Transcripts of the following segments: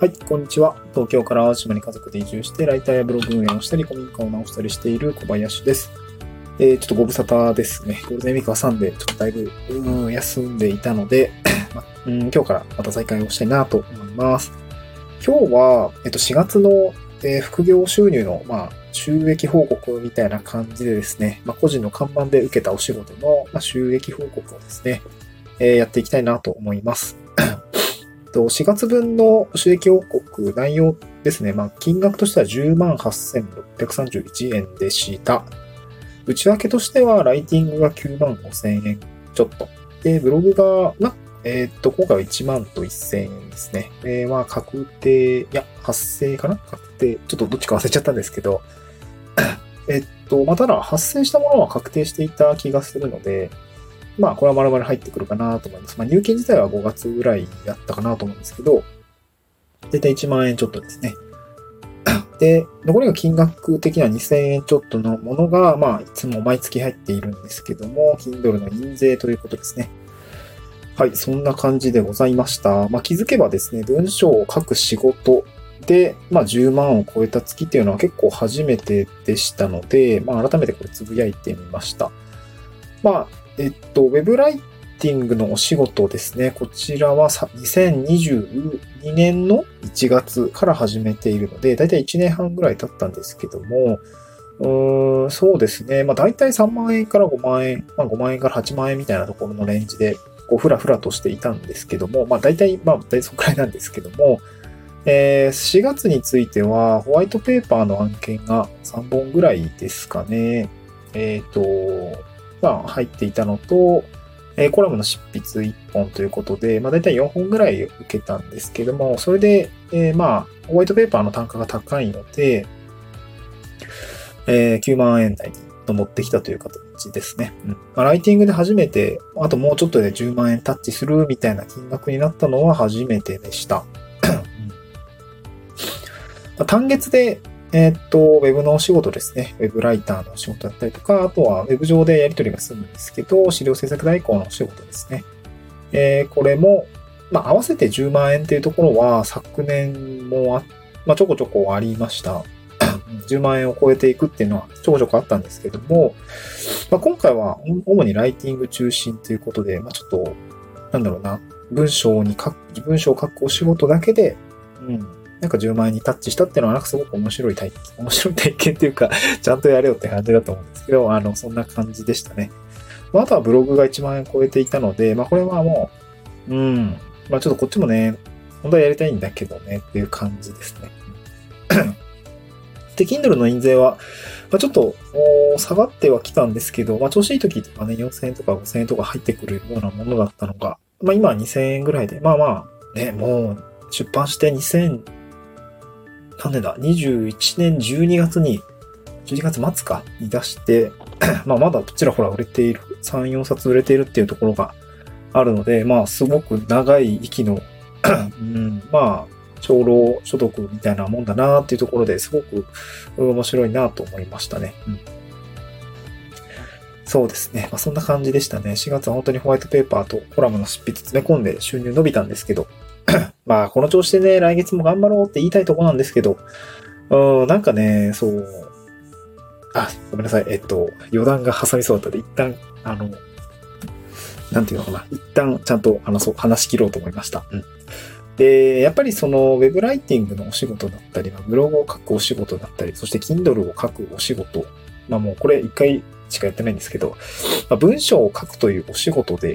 はい、こんにちは。東京から淡島に家族で移住して、ライターやブログ運営をしたり、古民家を直したりしている小林です。ちょっとご無沙汰ですね。ゴールデンウィーク挟んで、ちょっとだいぶ、休んでいたので、今日からまた再開をしたいなと思います。今日は、4月の、副業収入の、収益報告みたいな感じでですね、個人の看板で受けたお仕事の、収益報告をですね、やっていきたいなと思います。4月分の収益報告内容ですね。金額としては108,631円でした。内訳としては、ライティングが95,000円ちょっと。で、ブログが、今回は1万と1000円ですね。確定、発生かな確定。ちょっとどっちか忘れちゃったんですけど。ただ、発生したものは確定していた気がするので、これは丸々入ってくるかなと思います。入金自体は5月ぐらいだったかなと思うんですけど、だいたい1万円ちょっとですね。で、残りが金額的には2000円ちょっとのものが、いつも毎月入っているんですけども、Kindle の印税ということですね。はい、そんな感じでございました。気づけばですね、文章を書く仕事で、10万を超えた月っていうのは結構初めてでしたので、改めてこれつぶやいてみました。ウェブライティングのお仕事ですね。こちらは2022年の1月から始めているので、だいたい1年半ぐらい経ったんですけども、そうですね。だいたい3万円から5万円、5万円から8万円みたいなところのレンジで、ふらふらとしていたんですけども、だいたいそのくらいなんですけども、4月については、ホワイトペーパーの案件が3本ぐらいですかね。入っていたのと、コラムの執筆1本ということで、だいたい4本ぐらい受けたんですけども、それで、ホワイトペーパーの単価が高いので、9万円台に持ってきたという形ですね。ライティングで初めて、あともうちょっとで10万円タッチするみたいな金額になったのは初めてでした。単月で、ウェブのお仕事ですね。ウェブライターのお仕事だったりとか、あとはウェブ上でやり取りが済むんですけど、資料制作代行のお仕事ですね。これも、合わせて10万円っていうところは昨年もちょこちょこありました。10万円を超えていくっていうのはちょこちょこあったんですけども、今回は主にライティング中心ということで、ちょっと、文章を書くお仕事だけで、10万円にタッチしたっていうのはすごく面白い体験っていうか、ちゃんとやれよって感じだと思うんですけど、そんな感じでしたね。あとはブログが1万円超えていたので、これはもう、ちょっとこっちもね、本当はやりたいんだけどねっていう感じですね。で、Kindle の印税は、ちょっと下がってはきたんですけど、調子いい時とかね、4000円とか5000円とか入ってくるようなものだったのが、今は2000円ぐらいで、もう出版して21年12月末かに出して、まだちらほら売れている、3、4冊売れているっていうところがあるので、すごく長い息の、長老所得みたいなもんだなっていうところですごく面白いなと思いましたね。そうですね。そんな感じでしたね。4月は本当にホワイトペーパーとコラムの執筆詰め込んで収入伸びたんですけど、この調子でね、来月も頑張ろうって言いたいとこなんですけど、ごめんなさい。余談が挟みそうだったので、一旦、一旦ちゃんと話し切ろうと思いました。で、やっぱりウェブライティングのお仕事だったり、ブログを書くお仕事だったり、そして Kindle を書くお仕事、もうこれ一回しかやってないんですけど、文章を書くというお仕事で、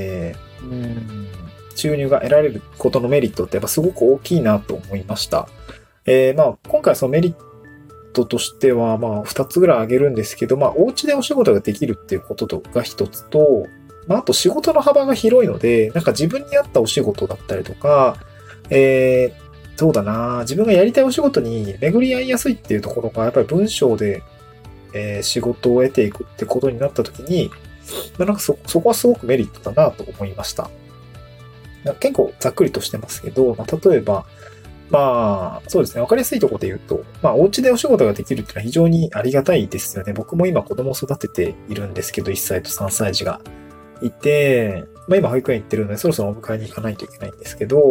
収入が得られることのメリットってやっぱすごく大きいなと思いました。今回そのメリットとしては、2つぐらい挙げるんですけど、お家でお仕事ができるっていうことが一つと、あと仕事の幅が広いので、自分に合ったお仕事だったりとか、そうだな、自分がやりたいお仕事に巡り合いやすいっていうところが、やっぱり文章で、仕事を得ていくってことになったときに、そこはすごくメリットだなと思いました。結構ざっくりとしてますけど、例えば、そうですね。わかりやすいところで言うと、お家でお仕事ができるっていうのは非常にありがたいですよね。僕も今子供を育てているんですけど、1歳と3歳児がいて、今保育園行ってるので、そろそろお迎えに行かないといけないんですけど、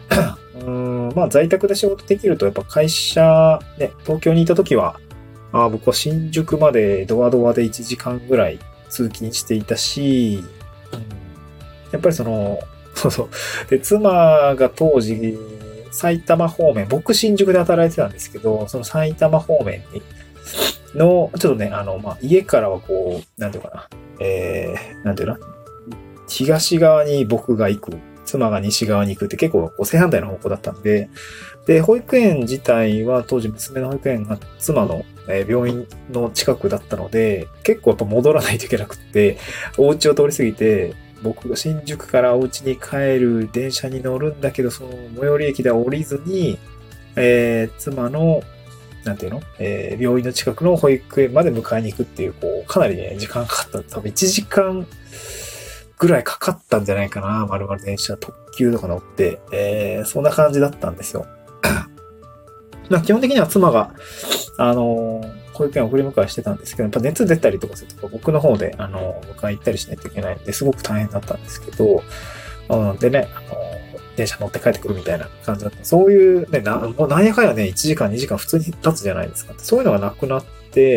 まあ在宅で仕事できるとやっぱ会社、ね、東京にいた時は、僕は新宿までドアドアで1時間ぐらい通勤していたし、やっぱりそうそう。で、妻が当時、埼玉方面、僕新宿で働いてたんですけど、その埼玉方面ちょっとね、家からはこう、なんていうかな、なんていうの東側に僕が行く、妻が西側に行くって結構正反対の方向だったんで、で、保育園自体は当時娘の保育園が妻の病院の近くだったので、結構やっぱ戻らないといけなくって、お家を通り過ぎて、僕が新宿からお家に帰る電車に乗るんだけど、その最寄り駅では降りずに、妻の、なんていうの病院の近くの保育園まで迎えに行くっていう、こう、かなりね、時間かかった。多分1時間ぐらいかかったんじゃないかな。丸々電車、特急とか乗って、そんな感じだったんですよ。まあ基本的には妻が、保育園を送り迎えしてたんですけど、やっぱ熱出たりとかすると僕の方で、迎え行ったりしないといけないんで、すごく大変だったんですけど、でね、電車乗って帰ってくるみたいな感じだった。そういうね、もうなんやかんやね、1時間、2時間普通に経つじゃないですか。そういうのがなくなって、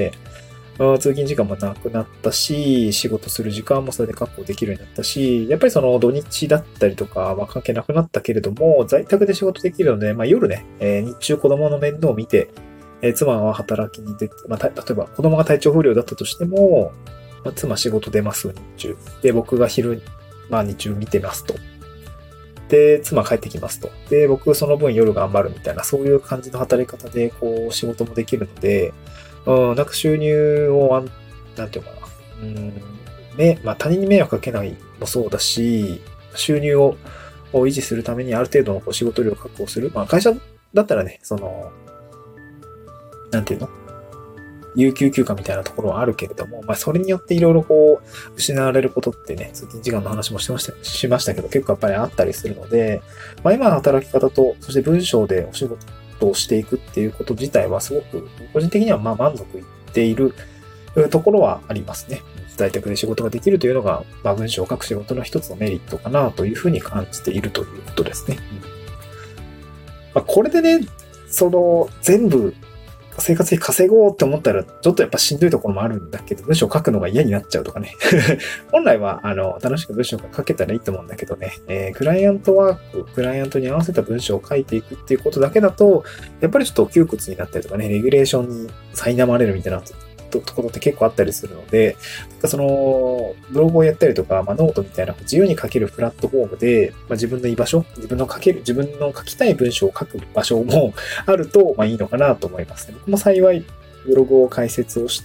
通勤時間もなくなったし、仕事する時間もそれで確保できるようになったし、やっぱりその土日だったりとかは関係なくなったけれども、在宅で仕事できるので、まあ夜ね、日中子供の面倒を見て、妻は働きに出て、まあ、例えば子供が体調不良だったとしても、まあ、妻仕事出ます、日中。で、僕が昼、まあ日中見てますと。で、妻帰ってきますと。で、僕その分夜頑張るみたいな、そういう感じの働き方で、こう、仕事もできるので、なんか収入をなんていうのかな。まあ他人に迷惑かけないもそうだし、収入を維持するためにある程度の仕事量を確保する。まあ会社だったらね、なんていうの有給休暇みたいなところはあるけれども、まあそれによっていろいろこう、失われることってね、通勤時間の話もしましたけど、結構やっぱりあったりするので、まあ今の働き方と、そして文章でお仕事をしていくっていうこと自体はすごく、個人的にはまあ満足いっているところはありますね。在宅で仕事ができるというのが、まあ文章を書く仕事の一つのメリットかなというふうに感じているということですね。まあこれでね、全部、生活費稼ごうって思ったら、ちょっとやっぱしんどいところもあるんだけど、文章を書くのが嫌になっちゃうとかね。本来は、楽しく文章が書けたらいいと思うんだけどね、クライアントワーク、クライアントに合わせた文章を書いていくっていうことだけだと、やっぱりちょっと窮屈になったりとかね、レギュレーションに苛まれるみたいなところって結構あったりするので、ブログをやったりとか、まあ、ノートみたいな自由に書けるプラットフォームで、まあ、自分の居場所、自分の書きたい文章を書く場所もあると、まあいいのかなと思いますね。僕も幸い、ブログを開設をして、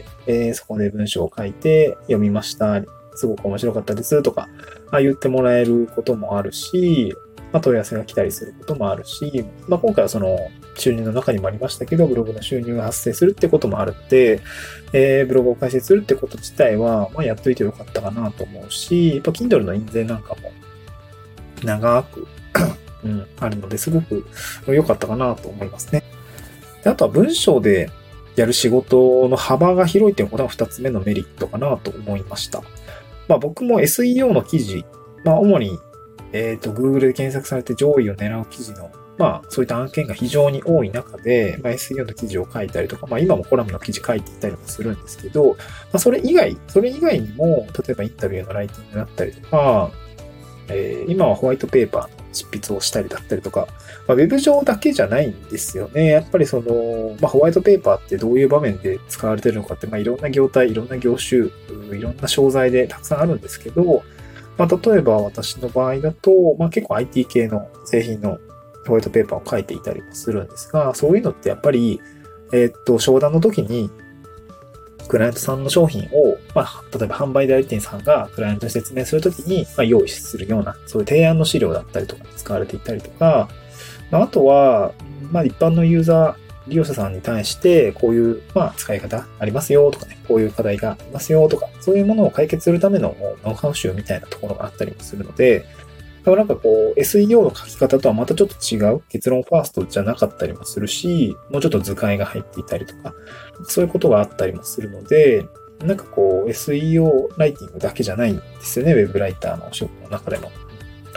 そこで文章を書いて読みました。すごく面白かったですとか、言ってもらえることもあるし、まあ、問い合わせが来たりすることもあるし、まあ、今回は収入の中にもありましたけど、ブログの収入が発生するってこともあるので、ブログを開設するってこと自体は、まあ、やっといてよかったかなと思うし、やっぱ Kindle の印税なんかも長くあるので、すごく良かったかなと思いますね。であとは文章でやる仕事の幅が広いっていうのが2つ目のメリットかなと思いました。まあ僕も SEO の記事、まあ主にGoogle で検索されて上位を狙う記事の、まあ、そういった案件が非常に多い中で、まあ、SEO の記事を書いたりとか、まあ、今もコラムの記事書いていたりもするんですけど、まあ、それ以外にも、例えばインタビューのライティングだったりとか、今はホワイトペーパーの執筆をしたりだったりとか、まあ、ウェブ上だけじゃないんですよね。やっぱりまあ、ホワイトペーパーってどういう場面で使われてるのかって、まあ、いろんな業態、いろんな業種、いろんな商材でたくさんあるんですけど、まあ、例えば私の場合だと、まあ、結構 IT 系の製品のホワイトペーパーを書いていたりもするんですが、そういうのってやっぱり、商談の時に、クライアントさんの商品を、まあ、例えば販売代理店さんがクライアントに説明するときに、まあ、用意するような、そういう提案の資料だったりとかに使われていたりとか、まあ、あとは、まあ、一般のユーザー、利用者さんに対して、こういう、まあ、使い方ありますよとかね、こういう課題がありますよとか、そういうものを解決するためのノウハウ集みたいなところがあったりもするので、だからなんかこう、SEO の書き方とはまたちょっと違う、結論ファーストじゃなかったりもするし、もうちょっと図解が入っていたりとか、そういうことがあったりもするので、なんかこう、SEO ライティングだけじゃないんですよね、ウェブライターのお仕事の中でも。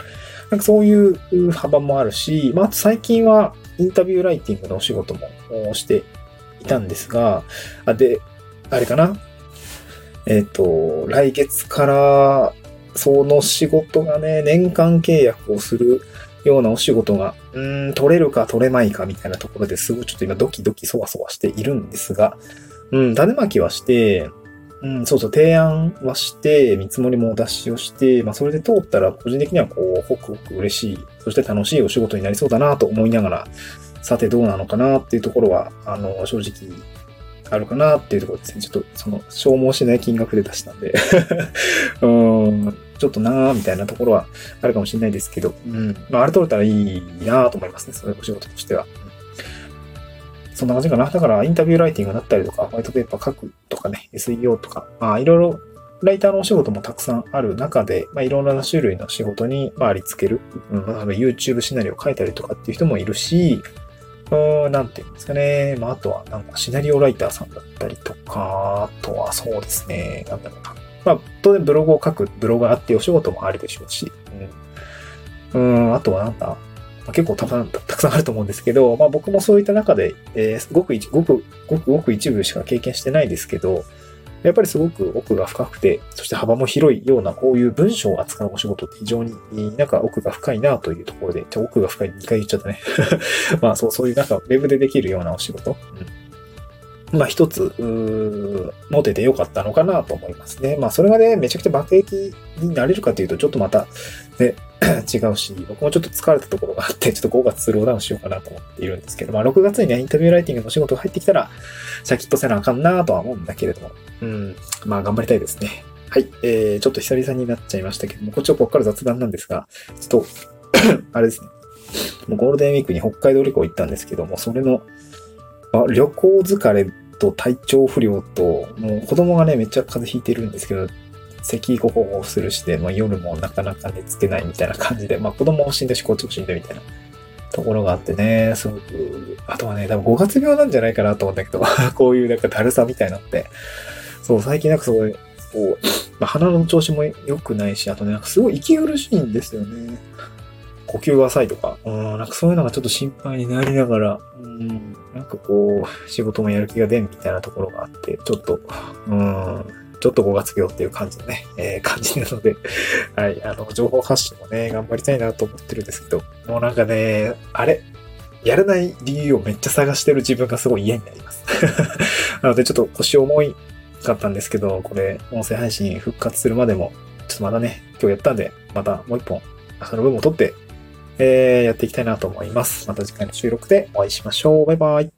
なんかそういう幅もあるし、まあ、あと最近はインタビューライティングのお仕事もしていたんですが、で、あれかな。来月からその仕事がね、年間契約をするようなお仕事が、取れるか取れないかみたいなところですごいちょっと今ドキドキそわそわしているんですが、種まきはして、そうそう、提案はして、見積もりもお出しをして、まあ、それで通ったら、個人的にはホクホク嬉しい、そして楽しいお仕事になりそうだなと思いながら、さてどうなのかなっていうところは、正直、あるかなっていうところですね。ちょっと、消耗しない金額で出したんでちょっとなーみたいなところはあるかもしれないですけど、まあ、あれ取れたらいいなと思いますね。そういうお仕事としては。そんな感じかな。だから、インタビューライティングだったりとか、ホワイトペーパー書くとかね、SEO とか、まあ、いろいろ、ライターのお仕事もたくさんある中で、まあ、いろんな種類の仕事に、まあ、ありつける。YouTube シナリオを書いたりとかっていう人もいるし、なんていうんですかね。まあ、あとは、なんか、シナリオライターさんだったりとか、あとはそうですね。なんだろうな。まあ、当然ブログを書くブロガーっていうお仕事もあるでしょうし、あとはなんだ、結構たくさんあると思うんですけど、まあ僕もそういった中で、ごく一部しか経験してないですけど、やっぱりすごく奥が深くて、そして幅も広いようなこういう文章を扱うお仕事って非常になんか奥が深いなというところで、奥が深い2回言っちゃったね。まあそういうなんかウェブでできるようなお仕事。まあ一つ、持ててよかったのかなと思いますね。まあそれがね、めちゃくちゃ爆撃になれるかというと、ちょっとまた、ね、違うし、僕もちょっと疲れたところがあって、ちょっと5月スローダウンしようかなと思っているんですけど、まあ6月にね、インタビューライティングの仕事が入ってきたら、シャキッとせなあかんなとは思うんだけれども、まあ頑張りたいですね。はい、ちょっと久々になっちゃいましたけども、こっから雑談なんですが、ちょっと、あれですね、もうゴールデンウィークに北海道旅行行ったんですけども、それの、旅行疲れと体調不良と、もう子供がね、めっちゃ風邪ひいてるんですけど、咳ごほごするして、まあ、夜もなかなか寝つけないみたいな感じで、まあ子供も死んだし、こっちも死んだみたいなところがあってね、すごく、あとはね、多分5月病なんじゃないかなと思うんだけど、こういうなんかだるさみたいなのって、そう、最近なんかすごい、こう、まあ、鼻の調子も良くないし、あとね、なんかすごい息苦しいんですよね。呼吸が浅いとか、なんかそういうのがちょっと心配になりながら、なんかこう、仕事もやる気が出んみたいなところがあって、ちょっと5月病っていう感じのね、感じなので、はい、情報発信もね、頑張りたいなと思ってるんですけど、もうなんかね、やらない理由をめっちゃ探してる自分がすごい嫌になります。なのでちょっと腰重いかったんですけど、これ、音声配信復活するまでも、ちょっとまだね、今日やったんで、またもう一本、その分も撮って、やっていきたいなと思います。また次回の収録でお会いしましょう。バイバイ。